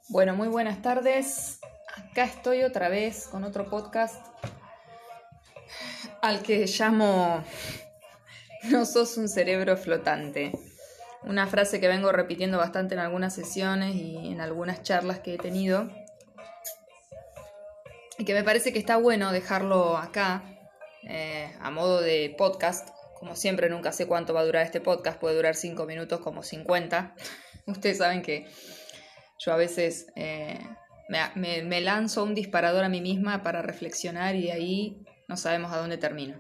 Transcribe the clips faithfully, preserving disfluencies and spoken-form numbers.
Bueno, muy buenas tardes. Acá estoy otra vez con otro podcast al que llamo "No sos un cerebro flotante". Una frase que vengo repitiendo bastante en algunas sesiones y en algunas charlas que he tenido. Y que me parece que está bueno dejarlo acá, eh, a modo de podcast. Como siempre, nunca sé cuánto va a durar este podcast. Puede durar cinco minutos como cincuenta. Ustedes saben que yo a veces eh, me, me, me lanzo un disparador a mí misma para reflexionar y de ahí no sabemos a dónde termino.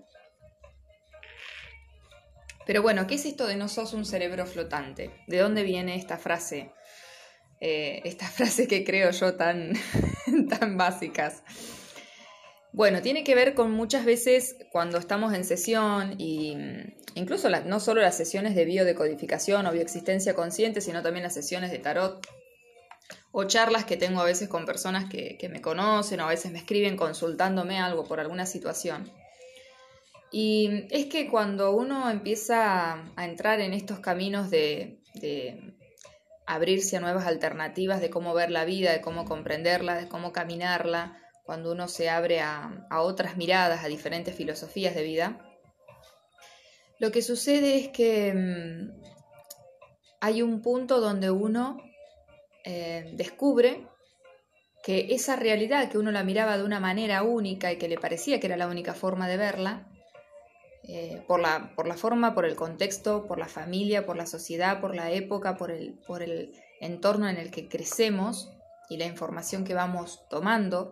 Pero bueno, ¿qué es esto de no sos un cerebro flotante? ¿De dónde viene esta frase? Eh, esta frase que creo yo tan, tan básicas. Bueno, tiene que ver con muchas veces cuando estamos en sesión y incluso la, no solo las sesiones de biodecodificación o bioexistencia consciente, sino también las sesiones de tarot o charlas que tengo a veces con personas que, que me conocen o a veces me escriben consultándome algo por alguna situación. Y es que cuando uno empieza a entrar en estos caminos de, de abrirse a nuevas alternativas de cómo ver la vida, de cómo comprenderla, de cómo caminarla, cuando uno se abre a, a otras miradas, a diferentes filosofías de vida, lo que sucede es que mmm, hay un punto donde uno eh, descubre que esa realidad que uno la miraba de una manera única y que le parecía que era la única forma de verla, eh, por, la, por la forma, por el contexto, por la familia, por la sociedad, por la época, por el, por el entorno en el que crecemos y la información que vamos tomando,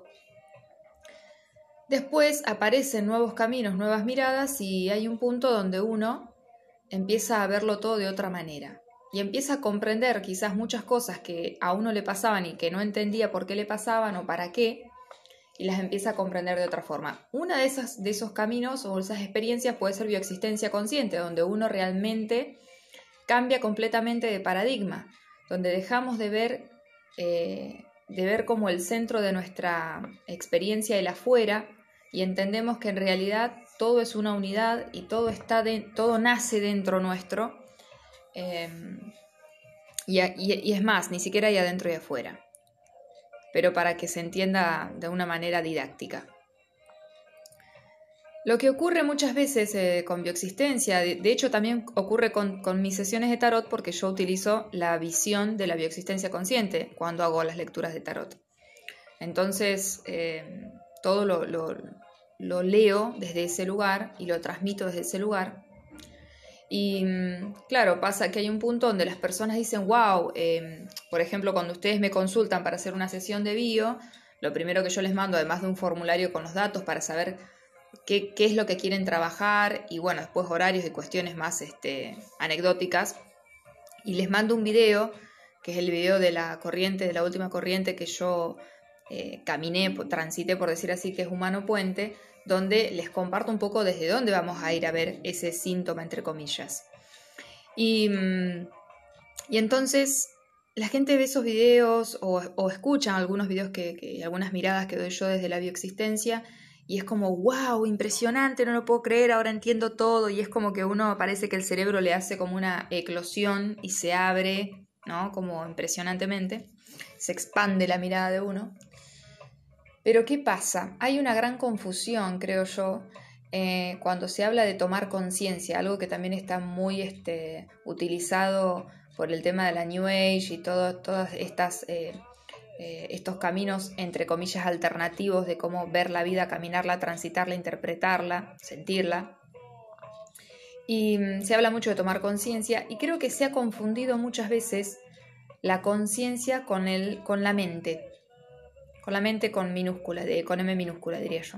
después aparecen nuevos caminos, nuevas miradas y hay un punto donde uno empieza a verlo todo de otra manera. Y empieza a comprender quizás muchas cosas que a uno le pasaban y que no entendía por qué le pasaban o para qué, y las empieza a comprender de otra forma. Una de, esas, de esos caminos o esas experiencias puede ser bioexistencia consciente, donde uno realmente cambia completamente de paradigma, donde dejamos de ver, eh, de ver como el centro de nuestra experiencia el afuera y entendemos que en realidad todo es una unidad y todo, está de, todo nace dentro nuestro. Eh, y, y, y es más, ni siquiera hay adentro y afuera, pero para que se entienda de una manera didáctica. Lo que ocurre muchas veces eh, con bioexistencia, de, de hecho también ocurre con, con mis sesiones de tarot, porque yo utilizo la visión de la bioexistencia consciente cuando hago las lecturas de tarot. Entonces, eh, todo lo, lo, lo leo desde ese lugar y lo transmito desde ese lugar. Y claro, pasa que hay un punto donde las personas dicen, wow, eh, por ejemplo, cuando ustedes me consultan para hacer una sesión de bio, lo primero que yo les mando, además de un formulario con los datos para saber qué, qué es lo que quieren trabajar, y bueno, después horarios y cuestiones más este, anecdóticas, y les mando un video, que es el video de la corriente, de la última corriente que yo eh, caminé, transité, por decir así, que es Humano Puente, donde les comparto un poco desde dónde vamos a ir a ver ese síntoma, entre comillas. Y, y entonces la gente ve esos videos o, o escuchan algunos videos que, que, algunas miradas que doy yo desde la bioexistencia, y es como, wow, impresionante, no lo puedo creer, ahora entiendo todo, y es como que uno parece que el cerebro le hace como una eclosión y se abre, ¿no? Como impresionantemente, se expande la mirada de uno. Pero ¿qué pasa? Hay una gran confusión, creo yo, eh, cuando se habla de tomar conciencia, algo que también está muy este, utilizado por el tema de la New Age y todo, todas estas, eh, eh, estos caminos, entre comillas, alternativos de cómo ver la vida, caminarla, transitarla, interpretarla, sentirla. Y mm, se habla mucho de tomar conciencia y creo que se ha confundido muchas veces la conciencia con, el, con la mente. Con la mente con minúscula, de, con M minúscula diría yo.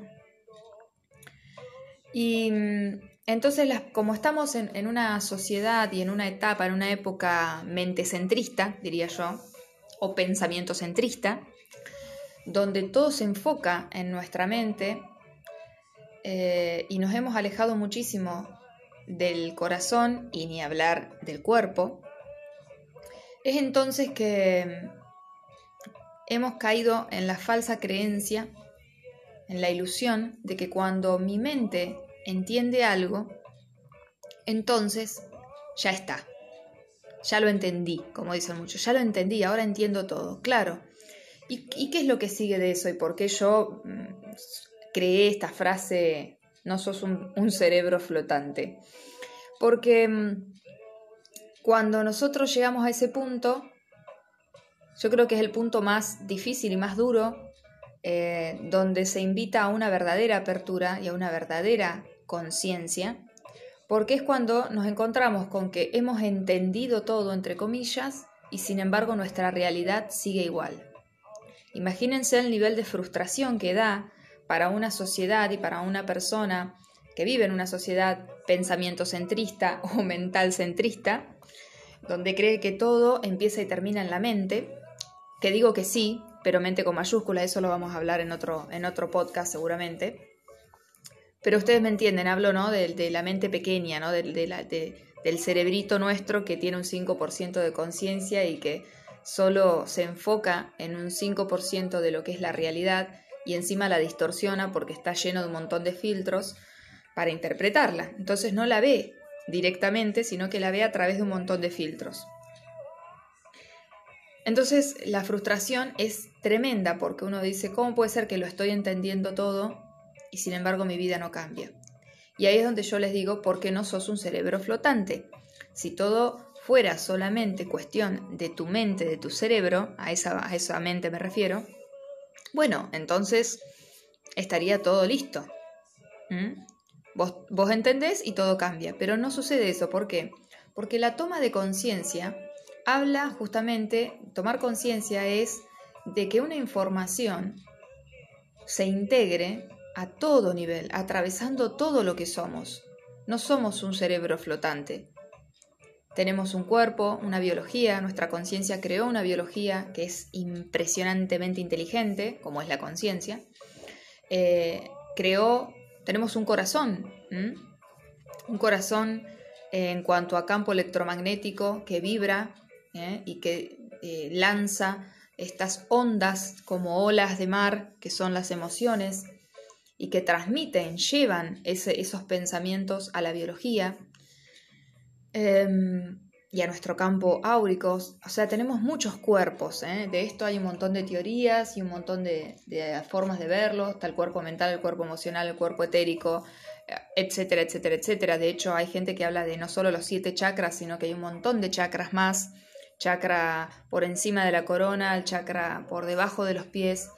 Y entonces, las, como estamos en, en una sociedad y en una etapa, en una época mentecentrista, diría yo, o pensamiento centrista, donde todo se enfoca en nuestra mente eh, y nos hemos alejado muchísimo del corazón y ni hablar del cuerpo, es entonces que hemos caído en la falsa creencia, en la ilusión de que cuando mi mente entiende algo, entonces ya está. ya lo entendí, como dicen muchos, ya lo entendí, ahora entiendo todo, claro. ¿Y, y qué es lo que sigue de eso? ¿Y por qué yo mmm, creé esta frase, no sos un, un cerebro flotante? Porque mmm, cuando nosotros llegamos a ese punto, yo creo que es el punto más difícil y más duro, eh, donde se invita a una verdadera apertura y a una verdadera conciencia, porque es cuando nos encontramos con que hemos entendido todo, entre comillas, y sin embargo nuestra realidad sigue igual. Imagínense el nivel de frustración que da para una sociedad y para una persona que vive en una sociedad pensamiento centrista o mental centrista, donde cree que todo empieza y termina en la mente, que digo que sí, pero mente con mayúsculas, eso lo vamos a hablar en otro, en otro podcast seguramente. Pero ustedes me entienden, hablo, ¿no?, de, de la mente pequeña, ¿no?, de, de la, de, del cerebrito nuestro que tiene un cinco por ciento de conciencia y que solo se enfoca en un cinco por ciento de lo que es la realidad y encima la distorsiona porque está lleno de un montón de filtros para interpretarla. Entonces no la ve directamente, sino que la ve a través de un montón de filtros. Entonces la frustración es tremenda porque uno dice, ¿cómo puede ser que lo estoy entendiendo todo y sin embargo mi vida no cambia? Y ahí es donde yo les digo, ¿por qué no sos un cerebro flotante? Si todo fuera solamente cuestión de tu mente, de tu cerebro, a esa, a esa mente me refiero, bueno, entonces estaría todo listo. ¿Mm? Vos, vos entendés y todo cambia, pero no sucede eso. ¿Por qué? Porque la toma de conciencia habla justamente, tomar conciencia es de que una información se integre a todo nivel, atravesando todo lo que somos. No somos un cerebro flotante. Tenemos un cuerpo, una biología, nuestra conciencia creó una biología que es impresionantemente inteligente, como es la conciencia. Eh, creó, tenemos un corazón, ¿m? un corazón eh, en cuanto a campo electromagnético que vibra ¿eh? y que eh, lanza estas ondas como olas de mar, que son las emociones, y que transmiten, llevan ese, esos pensamientos a la biología eh, y a nuestro campo áurico. O sea, tenemos muchos cuerpos, ¿eh? De esto hay un montón de teorías y un montón de, de formas de verlo. Está el cuerpo mental, el cuerpo emocional, el cuerpo etérico, etcétera, etcétera, etcétera. De hecho, hay gente que habla de no solo los siete chakras, sino que hay un montón de chakras más. Chakra por encima de la corona, el chakra por debajo de los pies.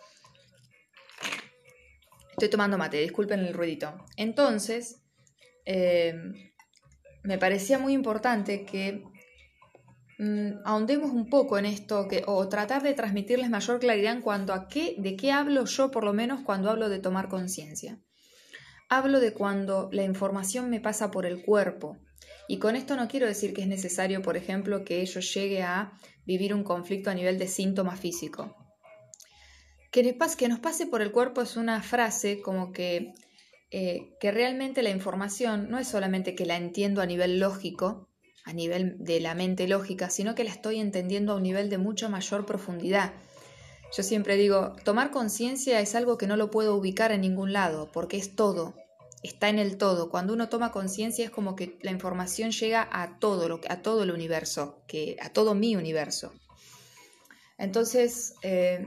Estoy tomando mate, disculpen el ruidito. Entonces, eh, me parecía muy importante que mmm, ahondemos un poco en esto que, o tratar de transmitirles mayor claridad en cuanto a qué, de qué hablo yo, por lo menos cuando hablo de tomar conciencia. Hablo de cuando la información me pasa por el cuerpo. Y con esto no quiero decir que es necesario, por ejemplo, que yo llegue a vivir un conflicto a nivel de síntoma físico. Que nos pase por el cuerpo es una frase como que, eh, que realmente la información no es solamente que la entiendo a nivel lógico, a nivel de la mente lógica, sino que la estoy entendiendo a un nivel de mucha mayor profundidad. Yo siempre digo, tomar conciencia es algo que no lo puedo ubicar en ningún lado, porque es todo, está en el todo. Cuando uno toma conciencia es como que la información llega a todo, lo, a todo el universo, que, a todo mi universo. Entonces, eh,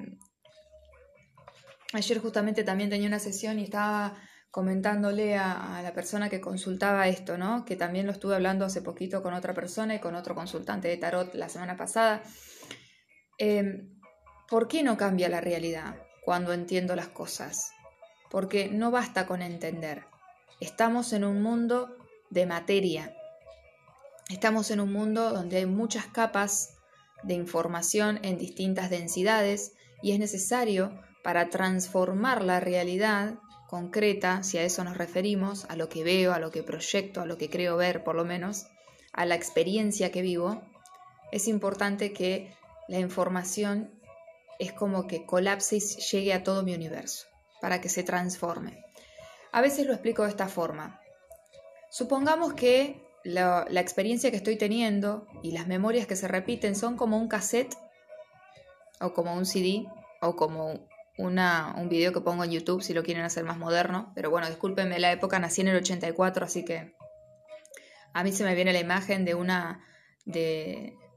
ayer justamente también tenía una sesión y estaba comentándole a, a la persona que consultaba esto, ¿no? Que también lo estuve hablando hace poquito con otra persona y con otro consultante de tarot la semana pasada. Eh, ¿Por qué no cambia la realidad cuando entiendo las cosas? Porque no basta con entender. Estamos en un mundo de materia. Estamos en un mundo donde hay muchas capas de información en distintas densidades y es necesario para transformar la realidad concreta, si a eso nos referimos, a lo que veo, a lo que proyecto, a lo que creo ver por lo menos, a la experiencia que vivo, es importante que la información es como que colapse y llegue a todo mi universo, para que se transforme. A veces lo explico de esta forma. Supongamos que la, la experiencia que estoy teniendo y las memorias que se repiten son como un cassette, o como un C D, o como una, un video que pongo en YouTube si lo quieren hacer más moderno. Pero bueno, discúlpenme la época, nací en el ochenta y cuatro, así que a mí se me viene la imagen de una... de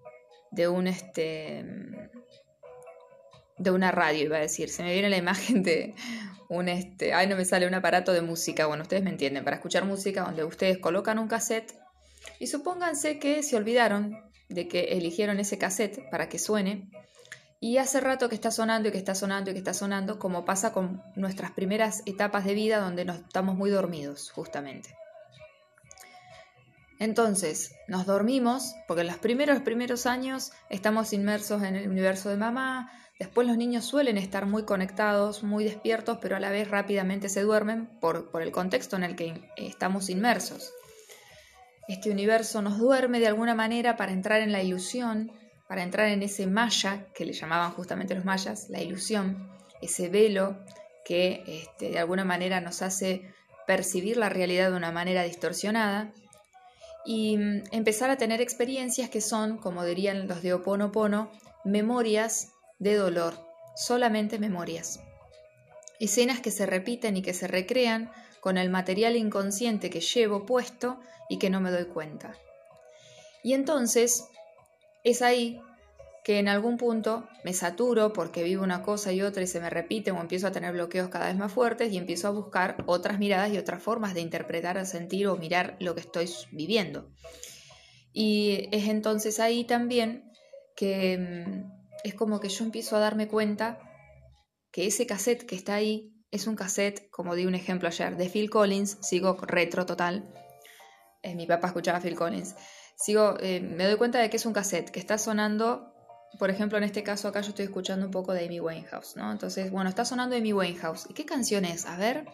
de un este de una radio, iba a decir. Se me viene la imagen de un este, ay, no me sale, un aparato de música. Bueno, ustedes me entienden, para escuchar música donde ustedes colocan un cassette y supónganse que se olvidaron de que eligieron ese cassette para que suene y hace rato que está sonando y que está sonando y que está sonando, como pasa con nuestras primeras etapas de vida donde nos estamos muy dormidos, justamente. Entonces, nos dormimos porque en los primeros, primeros años estamos inmersos en el universo de mamá. Después los niños suelen estar muy conectados, muy despiertos, pero a la vez rápidamente se duermen por, por el contexto en el que estamos inmersos. Este universo nos duerme de alguna manera para entrar en la ilusión, para entrar en ese maya, que le llamaban justamente los mayas, la ilusión, ese velo que este, de alguna manera nos hace percibir la realidad de una manera distorsionada y empezar a tener experiencias que son, como dirían los de Ho'oponopono, memorias de dolor, solamente memorias. Escenas que se repiten y que se recrean con el material inconsciente que llevo puesto y que no me doy cuenta. Y entonces es ahí que en algún punto me saturo porque vivo una cosa y otra y se me repite o empiezo a tener bloqueos cada vez más fuertes y empiezo a buscar otras miradas y otras formas de interpretar, sentir o mirar lo que estoy viviendo. Y es entonces ahí también que es como que yo empiezo a darme cuenta que ese cassette que está ahí es un cassette, como di un ejemplo ayer, de Phil Collins. Sigo retro total. Eh, mi papá escuchaba Phil Collins. Sigo, eh, me doy cuenta de que es un cassette que está sonando, por ejemplo, en este caso acá yo estoy escuchando un poco de Amy Winehouse, ¿no? Entonces, bueno, está sonando Amy Winehouse. ¿Y qué canción es? A ver.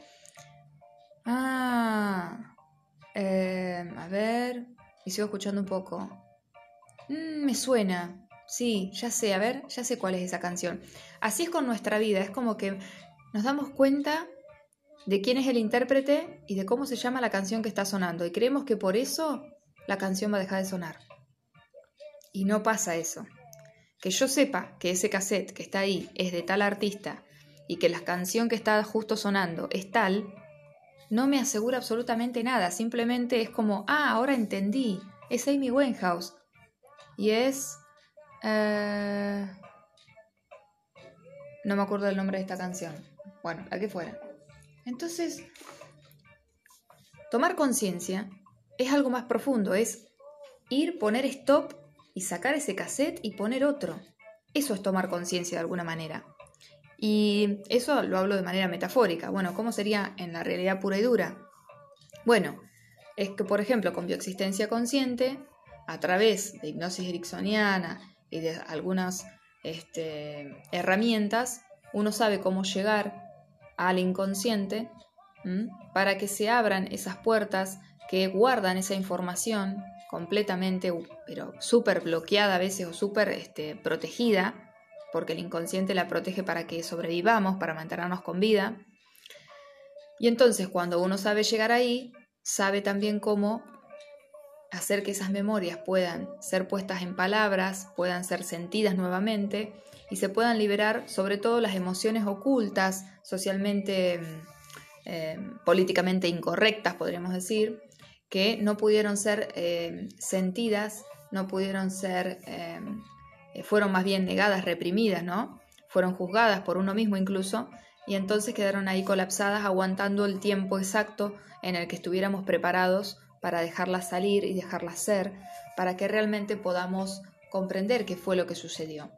Ah, eh, a ver. Y sigo escuchando un poco. Mm, me suena. Sí, ya sé, a ver, ya sé cuál es esa canción. Así es con nuestra vida, es como que nos damos cuenta de quién es el intérprete y de cómo se llama la canción que está sonando. Y creemos que por eso la canción va a dejar de sonar. Y no pasa eso. Que yo sepa que ese cassette que está ahí es de tal artista y que la canción que está justo sonando es tal, no me asegura absolutamente nada. Simplemente es como, ah, ahora entendí. Es Amy Winehouse. Y es... Uh, no me acuerdo del nombre de esta canción. Bueno, la que fuera. Entonces, tomar conciencia es algo más profundo. Es ir, poner stop y sacar ese cassette y poner otro. Eso es tomar conciencia de alguna manera. Y eso lo hablo de manera metafórica. Bueno, ¿cómo sería en la realidad pura y dura? Bueno, es que, por ejemplo, con bioexistencia consciente, a través de hipnosis ericksoniana y de algunas este, herramientas, uno sabe cómo llegar al inconsciente ¿m? para que se abran esas puertas que guardan esa información completamente, pero súper bloqueada a veces o súper este, protegida, porque el inconsciente la protege para que sobrevivamos, para mantenernos con vida. Y entonces cuando uno sabe llegar ahí, sabe también cómo hacer que esas memorias puedan ser puestas en palabras, puedan ser sentidas nuevamente y se puedan liberar sobre todo las emociones ocultas, socialmente, eh, políticamente incorrectas, podríamos decir, que no pudieron ser eh, sentidas, no pudieron ser, eh, fueron más bien negadas, reprimidas, ¿no? Fueron juzgadas por uno mismo incluso, y entonces quedaron ahí colapsadas, aguantando el tiempo exacto en el que estuviéramos preparados para dejarlas salir y dejarlas ser, para que realmente podamos comprender qué fue lo que sucedió.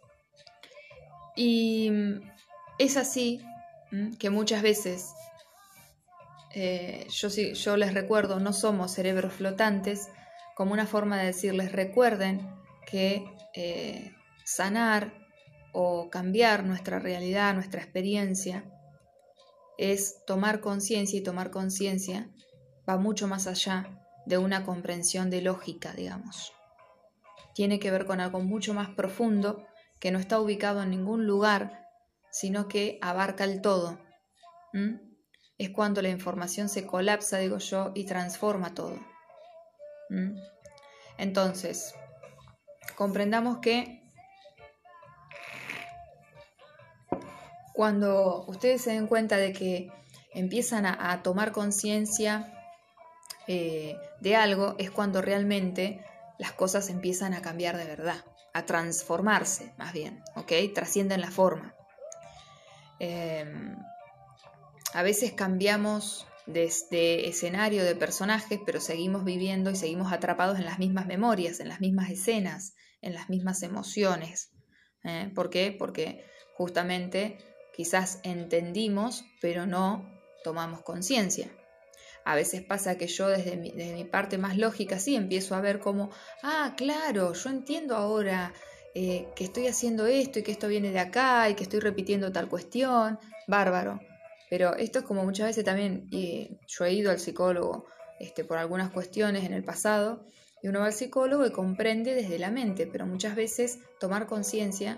Y es así que muchas veces, eh, yo, yo les recuerdo, no somos cerebros flotantes, como una forma de decirles, recuerden que eh, sanar o cambiar nuestra realidad, nuestra experiencia, es tomar conciencia, y tomar conciencia va mucho más allá de una comprensión de lógica, digamos. Tiene que ver con algo mucho más profundo que no está ubicado en ningún lugar, sino que abarca el todo. ¿Mm? Es cuando la información se colapsa, digo yo, y transforma todo. ¿Mm? Entonces, comprendamos que cuando ustedes se den cuenta de que empiezan a, a tomar conciencia eh, de algo, es cuando realmente las cosas empiezan a cambiar de verdad. a transformarse más bien, ¿ok? Trascienden la forma. Eh, a veces cambiamos de, de escenario, de personajes, pero seguimos viviendo y seguimos atrapados en las mismas memorias, en las mismas escenas, en las mismas emociones. ¿Eh? ¿Por qué? Porque justamente quizás entendimos, pero no tomamos conciencia. A veces pasa que yo desde mi, desde mi parte más lógica sí empiezo a ver como, ah, claro, yo entiendo ahora eh, que estoy haciendo esto y que esto viene de acá y que estoy repitiendo tal cuestión, bárbaro. Pero esto es como muchas veces también, y yo he ido al psicólogo este, por algunas cuestiones en el pasado, y uno va al psicólogo y comprende desde la mente, pero muchas veces tomar conciencia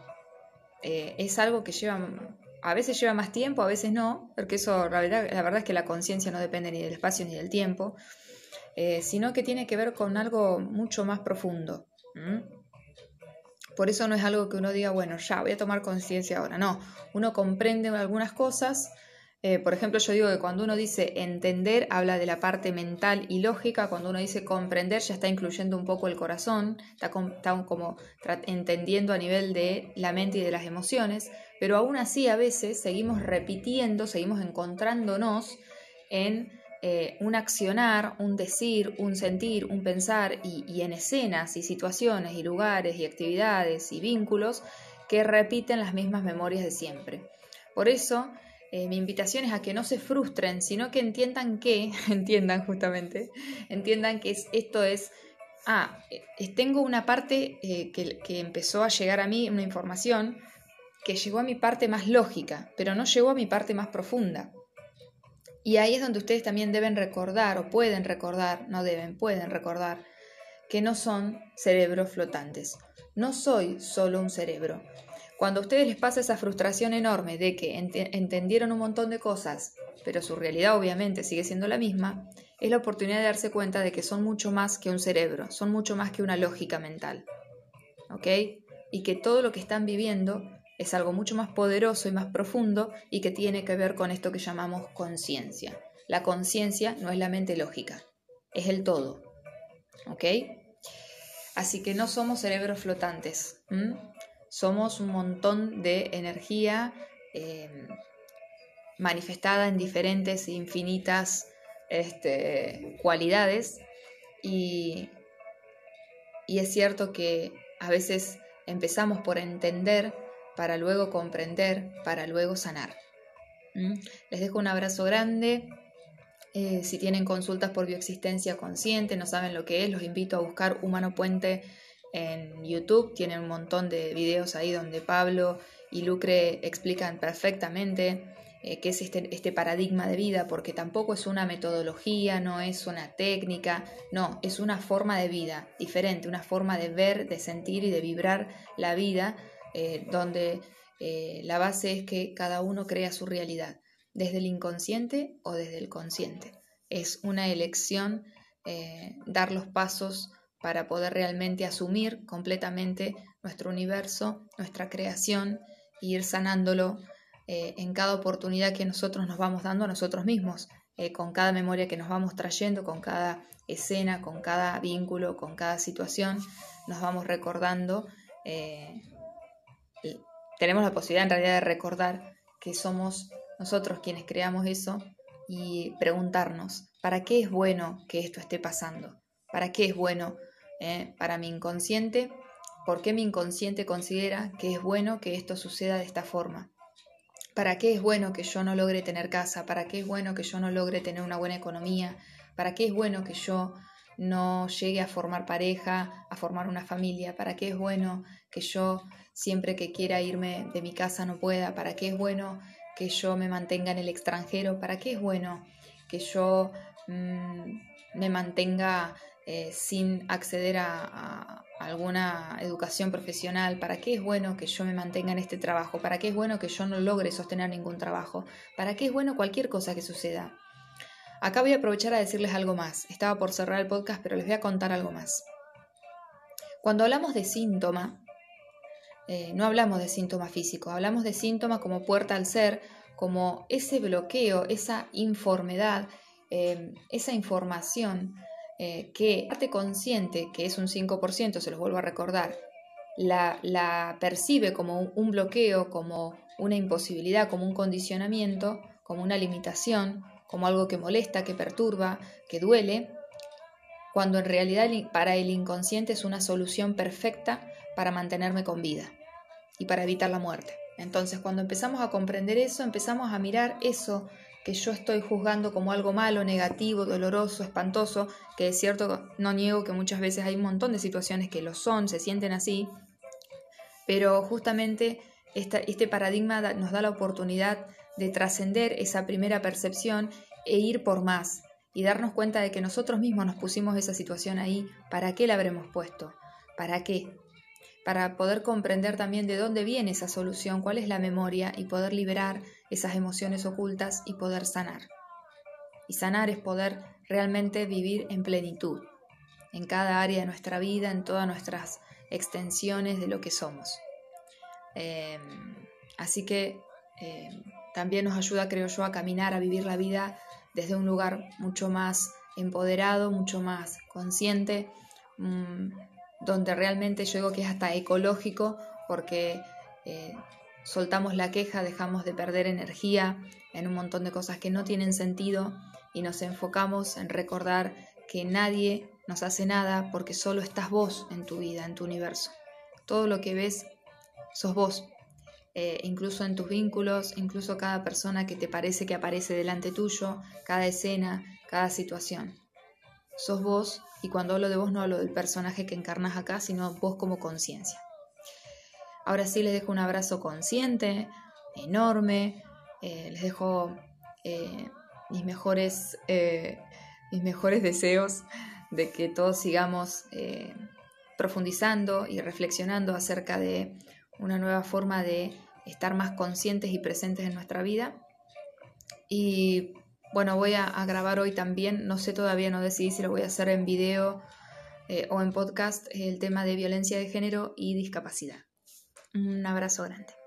eh, es algo que lleva, a veces lleva más tiempo, a veces no, porque eso, la verdad, la verdad es que la conciencia no depende ni del espacio ni del tiempo, eh, sino que tiene que ver con algo mucho más profundo. ¿Mm? Por eso no es algo que uno diga, bueno, ya voy a tomar conciencia ahora. No, uno comprende algunas cosas. Eh, por ejemplo, yo digo que cuando uno dice entender, habla de la parte mental y lógica. Cuando uno dice comprender, ya está incluyendo un poco el corazón, está, com está como entendiendo a nivel de la mente y de las emociones. Pero aún así, a veces seguimos repitiendo, seguimos encontrándonos en eh, un accionar, un decir, un sentir, un pensar y, y en escenas y situaciones y lugares y actividades y vínculos que repiten las mismas memorias de siempre. Por eso, eh, mi invitación es a que no se frustren, sino que entiendan que, entiendan justamente, entiendan que es, esto es, ah, eh, tengo una parte eh, que, que empezó a llegar a mí, una información que llegó a mi parte más lógica, pero no llegó a mi parte más profunda. Y ahí es donde ustedes también deben recordar, o pueden recordar, no deben, pueden recordar, que no son cerebros flotantes. No soy solo un cerebro. Cuando a ustedes les pasa esa frustración enorme de que ent entendieron un montón de cosas, pero su realidad obviamente sigue siendo la misma, es la oportunidad de darse cuenta de que son mucho más que un cerebro, son mucho más que una lógica mental. ¿Ok? Y que todo lo que están viviendo es algo mucho más poderoso y más profundo y que tiene que ver con esto que llamamos conciencia. La conciencia no es la mente lógica, es el todo. ¿Ok? Así que no somos cerebros flotantes. ¿m? Somos un montón de energía eh, manifestada en diferentes e infinitas este, cualidades y, y es cierto que a veces empezamos por entender para luego comprender, para luego sanar. ¿Mm? Les dejo un abrazo grande. Eh, si tienen consultas por bioexistencia consciente, no saben lo que es, los invito a buscar Humano Puente en YouTube. Tienen un montón de videos ahí donde Pablo y Lucre explican perfectamente eh, qué es este, este paradigma de vida, porque tampoco es una metodología, no es una técnica, no, es una forma de vida diferente, una forma de ver, de sentir y de vibrar la vida, eh, donde eh, la base es que cada uno crea su realidad, desde el inconsciente o desde el consciente. Es una elección eh, dar los pasos para poder realmente asumir completamente nuestro universo, nuestra creación, e ir sanándolo eh, en cada oportunidad que nosotros nos vamos dando a nosotros mismos, eh, con cada memoria que nos vamos trayendo, con cada escena, con cada vínculo, con cada situación, nos vamos recordando. Eh, tenemos la posibilidad en realidad de recordar que somos nosotros quienes creamos eso y preguntarnos, ¿para qué es bueno que esto esté pasando? ¿Para qué es bueno eh, para mi inconsciente? ¿Por qué mi inconsciente considera que es bueno que esto suceda de esta forma? ¿Para qué es bueno que yo no logre tener casa? ¿Para qué es bueno que yo no logre tener una buena economía? ¿Para qué es bueno que yo no llegue a formar pareja, a formar una familia? ¿Para qué es bueno que yo siempre que quiera irme de mi casa no pueda? ¿Para qué es bueno que yo me mantenga en el extranjero? ¿Para qué es bueno que yo mmm, me mantenga eh, sin acceder a, a alguna educación profesional? ¿Para qué es bueno que yo me mantenga en este trabajo? ¿Para qué es bueno que yo no logre sostener ningún trabajo? ¿Para qué es bueno cualquier cosa que suceda? Acá voy a aprovechar a decirles algo más. Estaba por cerrar el podcast, pero les voy a contar algo más. Cuando hablamos de síntoma, eh, no hablamos de síntoma físico, hablamos de síntoma como puerta al ser, como ese bloqueo, esa informedad, eh, esa información eh, que parte consciente, que es un cinco por ciento, se los vuelvo a recordar, la, la percibe como un, un bloqueo, como una imposibilidad, como un condicionamiento, como una limitación, como algo que molesta, que perturba, que duele, cuando en realidad para el inconsciente es una solución perfecta para mantenerme con vida y para evitar la muerte. Entonces, cuando empezamos a comprender eso, empezamos a mirar eso que yo estoy juzgando como algo malo, negativo, doloroso, espantoso, que es cierto, no niego que muchas veces hay un montón de situaciones que lo son, se sienten así, pero justamente esta, este paradigma da, nos da la oportunidad de trascender esa primera percepción e ir por más y darnos cuenta de que nosotros mismos nos pusimos esa situación ahí. ¿Para qué la habremos puesto? ¿Para qué? Para poder comprender también de dónde viene esa solución, cuál es la memoria y poder liberar esas emociones ocultas y poder sanar. Y sanar es poder realmente vivir en plenitud, en cada área de nuestra vida, en todas nuestras extensiones de lo que somos. Eh, así que eh, también nos ayuda, creo yo, a caminar, a vivir la vida desde un lugar mucho más empoderado, mucho más consciente, mmm, donde realmente yo digo que es hasta ecológico, porque eh, soltamos la queja, dejamos de perder energía en un montón de cosas que no tienen sentido y nos enfocamos en recordar que nadie nos hace nada porque solo estás vos en tu vida, en tu universo. Todo lo que ves sos vos, eh, incluso en tus vínculos, incluso cada persona que te parece que aparece delante tuyo, cada escena, cada situación. Sos vos, y cuando hablo de vos no hablo del personaje que encarnas acá, sino vos como conciencia. Ahora sí les dejo un abrazo consciente, enorme, eh, les dejo eh, mis, mejores, eh, mis mejores deseos de que todos sigamos eh, profundizando y reflexionando acerca de una nueva forma de estar más conscientes y presentes en nuestra vida. Y bueno, voy a, a grabar hoy también, no sé todavía, no decidí si lo voy a hacer en video eh, o en podcast, el tema de violencia de género y discapacidad. Un abrazo grande.